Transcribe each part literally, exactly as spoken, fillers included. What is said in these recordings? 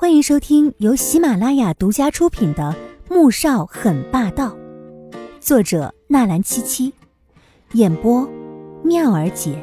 欢迎收听由喜马拉雅独家出品的《穆少很霸道》，作者纳兰七七，演播妙儿姐。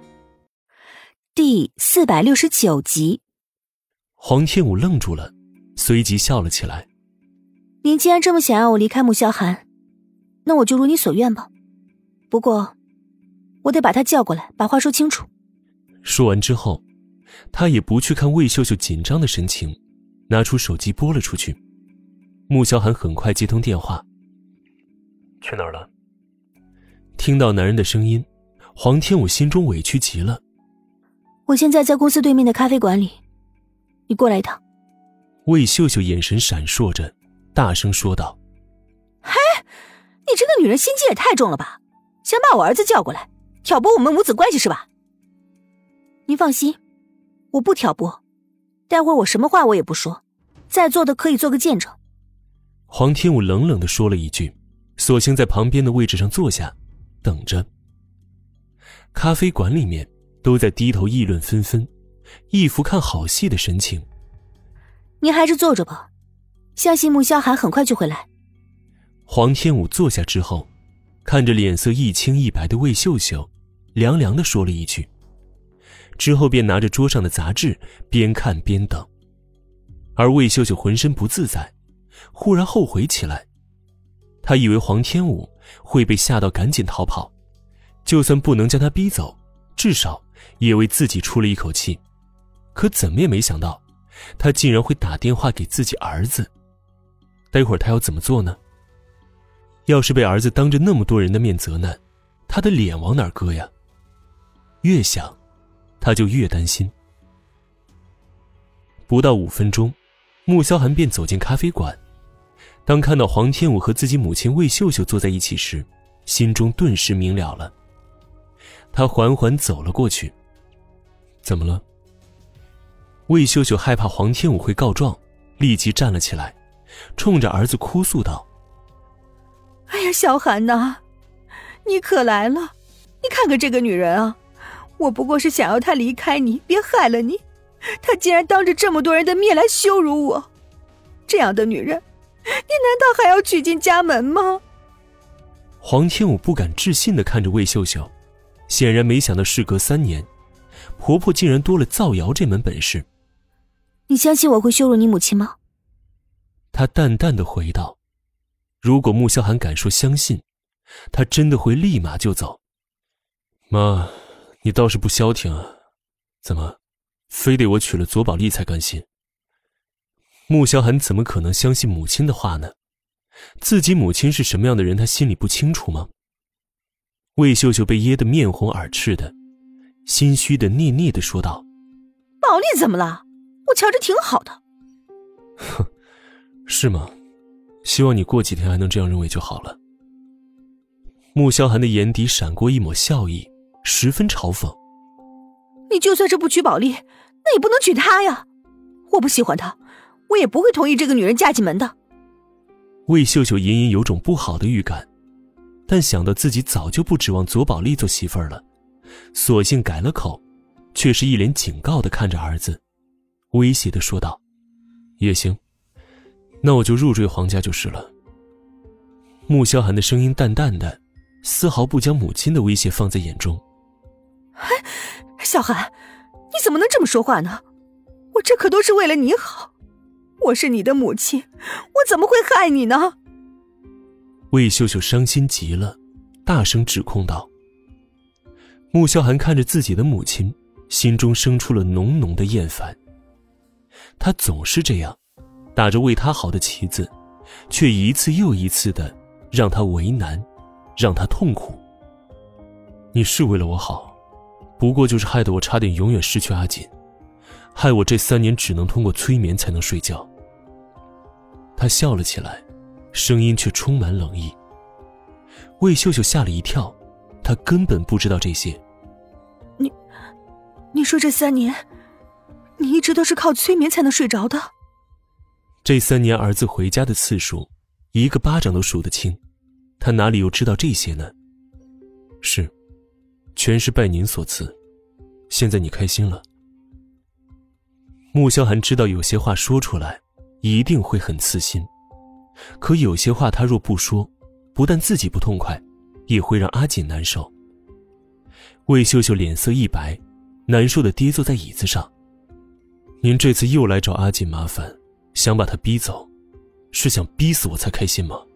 第四百六十九集。 黄天武愣住了，随即笑了起来。 您既然这么想要我离开穆萧寒，那我就如你所愿吧。不过我得把他叫过来，把话说清楚。 说完之后，他也不去看魏秀秀紧张的神情，拿出手机拨了出去。穆萧寒很快接通电话。去哪儿了？听到男人的声音，黄天武心中委屈极了。 我现在在公司对面的咖啡馆里，你过来一趟。 魏秀秀眼神闪烁着，大声说道： 嘿，你这个女人心机也太重了吧，想把我儿子叫过来挑拨我们母子关系是吧？您放心，我不挑拨，待会儿我什么话我也不说，在座的可以做个见证。 黄天武冷冷地说了一句，索性在旁边的位置上坐下，等着。咖啡馆里面都在低头议论纷纷，一副看好戏的神情。 您还是坐着吧，相信穆萧寒很快就会来。 黄天武坐下之后，看着脸色一青一白的魏秀秀，凉凉地说了一句，之后便拿着桌上的杂志边看边等。而魏秀秀浑身不自在，忽然后悔起来。她以为黄天武会被吓到赶紧逃跑，就算不能将他逼走，至少也为自己出了一口气。可怎么也没想到，他竟然会打电话给自己儿子。待会儿他要怎么做呢？要是被儿子当着那么多人的面责难，他的脸往哪儿搁呀？越想他就越担心。不到五分钟，穆萧寒便走进咖啡馆。当看到黄天武和自己母亲魏秀秀坐在一起时，心中顿时明了了。他缓缓走了过去。怎么了？魏秀秀害怕黄天武会告状，立即站了起来，冲着儿子哭诉道： 哎呀，萧寒呐，你可来了，你看看这个女人啊，我不过是想要她离开你，别害了你，她竟然当着这么多人的面来羞辱我，这样的女人，你难道还要娶进家门吗？ 黄天武不敢置信地看着魏秀秀，显然没想到事隔三年，婆婆竟然多了造谣这门本事。 你相信我会羞辱你母亲吗？ 她淡淡地回道。如果穆萧寒敢说相信，他真的会立马就走。妈，你倒是不消停啊，怎么非得我娶了左宝莉才甘心？穆萧寒怎么可能相信母亲的话呢？自己母亲是什么样的人，他心里不清楚吗？魏秀秀被噎得面红耳赤的，心虚的腻腻地说道： 宝莉怎么了？我瞧着挺好的。 哼，是吗？希望你过几天还能这样认为就好了。穆萧寒的眼底闪过一抹笑意，十分嘲讽。 你就算是不娶宝莉，那也不能娶她呀，我不喜欢她，我也不会同意这个女人嫁进门的。 魏秀秀隐隐有种不好的预感，但想到自己早就不指望左宝莉做媳妇儿了，索性改了口，却是一脸警告地看着儿子，威胁地说道：也行，那我就入赘黄家就是了。穆萧寒的声音淡淡的，丝毫不将母亲的威胁放在眼中。 哎，萧寒，你怎么能这么说话呢？我这可都是为了你好，我是你的母亲，我怎么会害你呢？ 魏秀秀伤心极了，大声指控道。穆萧寒看着自己的母亲，心中生出了浓浓的厌烦。他总是这样打着为他好的旗子，却一次又一次的让他为难，让他痛苦。你是为了我好，不过就是害得我差点永远失去阿锦，害我这三年只能通过催眠才能睡觉。他笑了起来，声音却充满冷意。魏秀秀吓了一跳，她根本不知道这些。 你你说这三年你一直都是靠催眠才能睡着的？ 这三年儿子回家的次数，一个巴掌都数得清，他哪里又知道这些呢？是，全是拜您所赐，现在你开心了。 穆萧寒知道有些话说出来一定会很刺心，可有些话他若不说，不但自己不痛快，也会让阿锦难受。魏秀秀脸色一白，难受地跌坐在椅子上。您这次又来找阿锦麻烦，想把她逼走，是想逼死我才开心吗？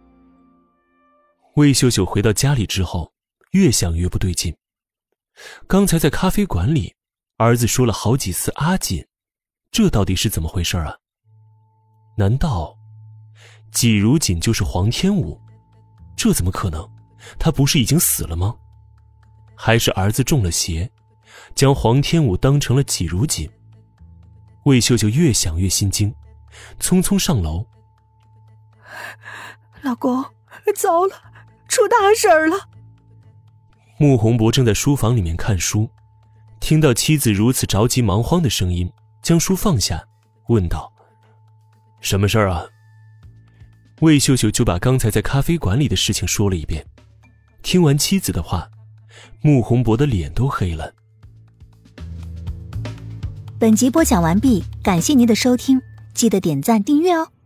魏秀秀回到家里之后，越想越不对劲。刚才在咖啡馆里，儿子说了好几次阿锦，这到底是怎么回事啊？难道季如锦就是黄天武？这怎么可能？他不是已经死了吗？还是儿子中了邪，将黄天武当成了季如锦？魏秀秀越想越心惊，匆匆上楼。 老公，糟了，出大事儿了！ 穆宏博正在书房里面看书，听到妻子如此着急忙慌的声音，将书放下，问道：什么事儿啊？魏秀秀就把刚才在咖啡馆里的事情说了一遍。听完妻子的话，穆宏博的脸都黑了。 本集播讲完毕，感谢您的收听，记得点赞订阅哦。